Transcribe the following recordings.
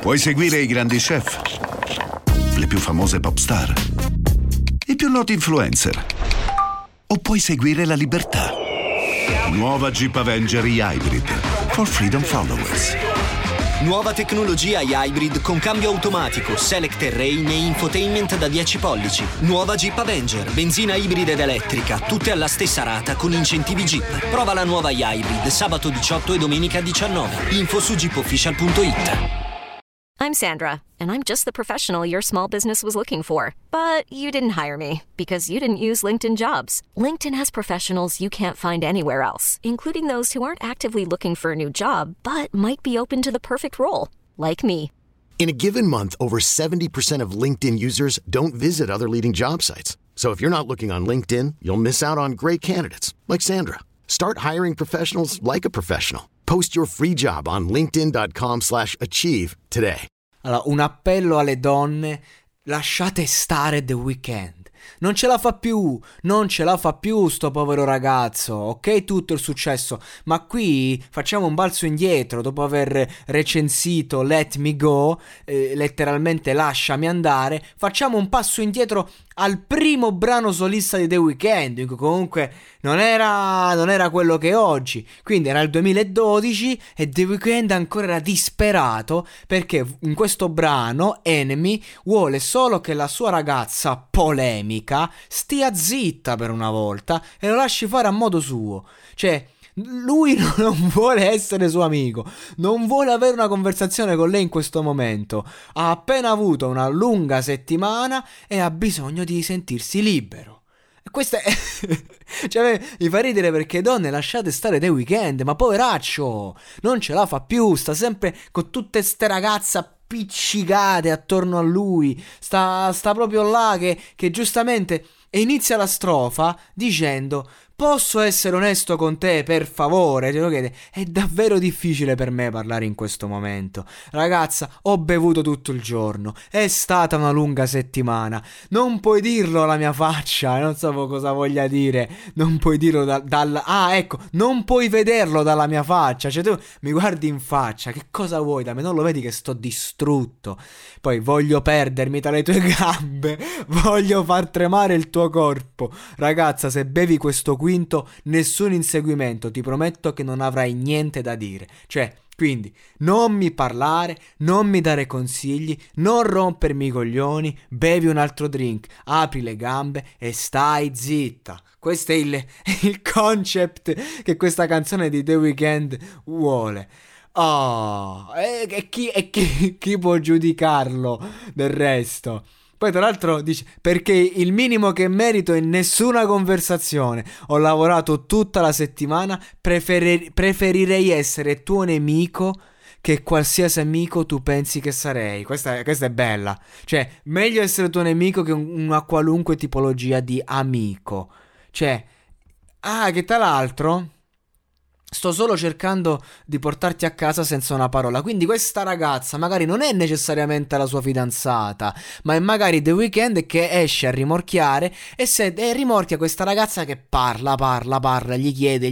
Puoi seguire i grandi chef, le più famose pop star, i più noti influencer, o puoi seguire la libertà. Nuova Jeep Avenger Hybrid for freedom followers. Nuova tecnologia Hybrid con cambio automatico, Select Terrain e infotainment da 10 pollici. Nuova Jeep Avenger, benzina ibrida ed elettrica, tutte alla stessa rata con incentivi Jeep. Prova la nuova Hybrid sabato 18 e domenica 19. Info su jeepofficial.it. I'm Sandra, and I'm just the professional your small business was looking for. But you didn't hire me because you didn't use LinkedIn Jobs. LinkedIn has professionals you can't find anywhere else, including those who aren't actively looking for a new job, but might be open to the perfect role, like me. In a given month, over 70% of LinkedIn users don't visit other leading job sites. So if you're not looking on LinkedIn, you'll miss out on great candidates like Sandra. Start hiring professionals like a professional. Post your free job on linkedin.com/achieve today. Allora, un appello alle donne: lasciate stare The Weeknd. Non ce la fa più sto povero ragazzo. Ok, tutto il successo, ma qui facciamo un balzo indietro. Dopo aver recensito Let Me Go, letteralmente lasciami andare, facciamo un passo indietro al primo brano solista di The Weeknd, che comunque non era quello che è oggi. Quindi era il 2012 e The Weeknd ancora era disperato, perché in questo brano Enemy vuole solo che la sua ragazza polemica stia zitta per una volta e lo lasci fare a modo suo. Cioè, lui non vuole essere suo amico, non vuole avere una conversazione con lei in questo momento. Ha appena avuto una lunga settimana e ha bisogno di sentirsi libero. E questa è cioè, mi fa ridere, perché donne, lasciate stare The Weeknd, ma poveraccio, non ce la fa più, sta sempre con tutte ste ragazze appiccicate attorno a lui, sta proprio là che giustamente... E inizia la strofa dicendo: posso essere onesto con te, per favore? Te lo chiede. È davvero difficile per me parlare in questo momento. Ragazza, ho bevuto tutto il giorno, è stata una lunga settimana. Non puoi dirlo alla mia faccia, non so cosa voglia dire. Non puoi dirlo non puoi vederlo dalla mia faccia. Cioè, tu mi guardi in faccia, che cosa vuoi da me? Non lo vedi che sto distrutto? Poi voglio perdermi tra le tue gambe, voglio far tremare il tuo corpo. Ragazza, se bevi questo quinto, nessun inseguimento, ti prometto che non avrai niente da dire. Cioè, quindi, non mi parlare, non mi dare consigli, non rompermi i coglioni, bevi un altro drink, apri le gambe e stai zitta. Questo è il concept che questa canzone di The Weeknd vuole. Oh, e chi può giudicarlo del resto? Poi tra l'altro dice: perché il minimo che merito è nessuna conversazione. Ho lavorato tutta la settimana, preferirei essere tuo nemico che qualsiasi amico tu pensi che sarei. Questa è bella. Cioè, meglio essere tuo nemico che una qualunque tipologia di amico. Cioè, che tra l'altro... sto solo cercando di portarti a casa senza una parola. Quindi questa ragazza magari non è necessariamente la sua fidanzata, ma è magari The Weeknd che esce a rimorchiare e rimorchia questa ragazza che parla, gli chiede,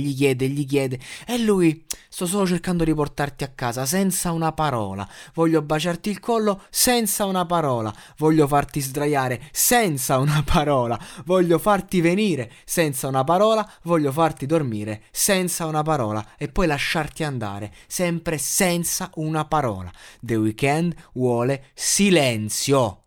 e lui: sto solo cercando di portarti a casa senza una parola, voglio baciarti il collo senza una parola, voglio farti sdraiare senza una parola, voglio farti venire senza una parola, voglio farti dormire senza una parola e poi lasciarti andare sempre senza una parola. The Weeknd vuole silenzio,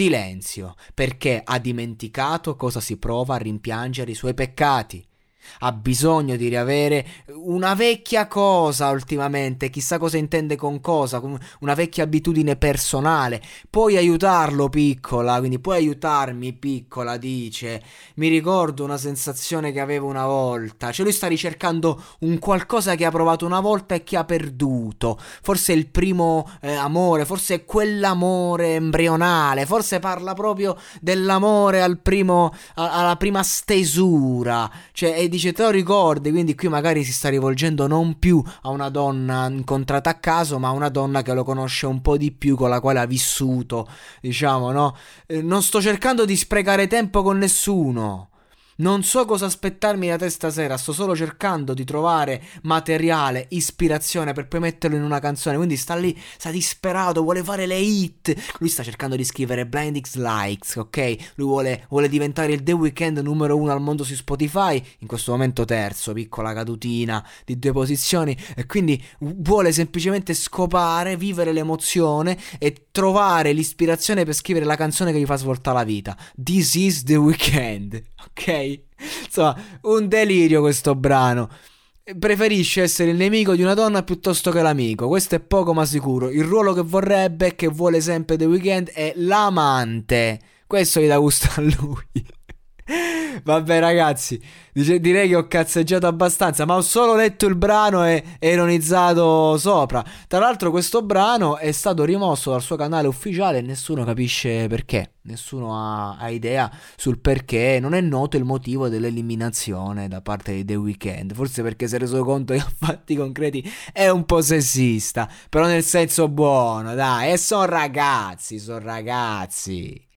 perché ha dimenticato cosa si prova a rimpiangere i suoi peccati. Ha bisogno di riavere una vecchia cosa ultimamente, chissà cosa intende con cosa, una vecchia abitudine personale. Puoi aiutarlo, piccola, quindi puoi aiutarmi, piccola, dice. Mi ricordo una sensazione che avevo una volta. Cioè lui sta ricercando un qualcosa che ha provato una volta e che ha perduto. Forse è il primo amore, forse è quell'amore embrionale, forse parla proprio dell'amore alla prima stesura. Cioè, e dice: te lo ricordi? Quindi qui magari si sta rivolgendo non più a una donna incontrata a caso, ma a una donna che lo conosce un po' di più, con la quale ha vissuto, diciamo, no? Non sto cercando di sprecare tempo con nessuno, Non so cosa aspettarmi da te stasera, sto solo cercando di trovare materiale, ispirazione per poi metterlo in una canzone. Quindi sta lì, sta disperato, vuole fare le hit. Lui sta cercando di scrivere Blinding Likes, ok? Lui vuole diventare il The Weeknd numero 1 al mondo su Spotify, in questo momento terzo, piccola cadutina di 2 posizioni, e quindi vuole semplicemente scopare, vivere l'emozione e trovare l'ispirazione per scrivere la canzone che gli fa svoltare la vita. This is The Weeknd, ok? Insomma, un delirio questo brano. Preferisce essere il nemico di una donna piuttosto che l'amico. Questo è poco ma sicuro. Il ruolo che vorrebbe, che vuole sempre The Weeknd, è l'amante. Questo gli dà gusto a lui. Vabbè ragazzi, direi che ho cazzeggiato abbastanza, ma ho solo letto il brano e ironizzato sopra. Tra l'altro questo brano è stato rimosso dal suo canale ufficiale e nessuno capisce perché. Nessuno ha idea sul perché. Non è noto il motivo dell'eliminazione da parte di The Weeknd. Forse perché si è reso conto che a fatti concreti è un po' sessista, però nel senso buono, dai. E sono ragazzi.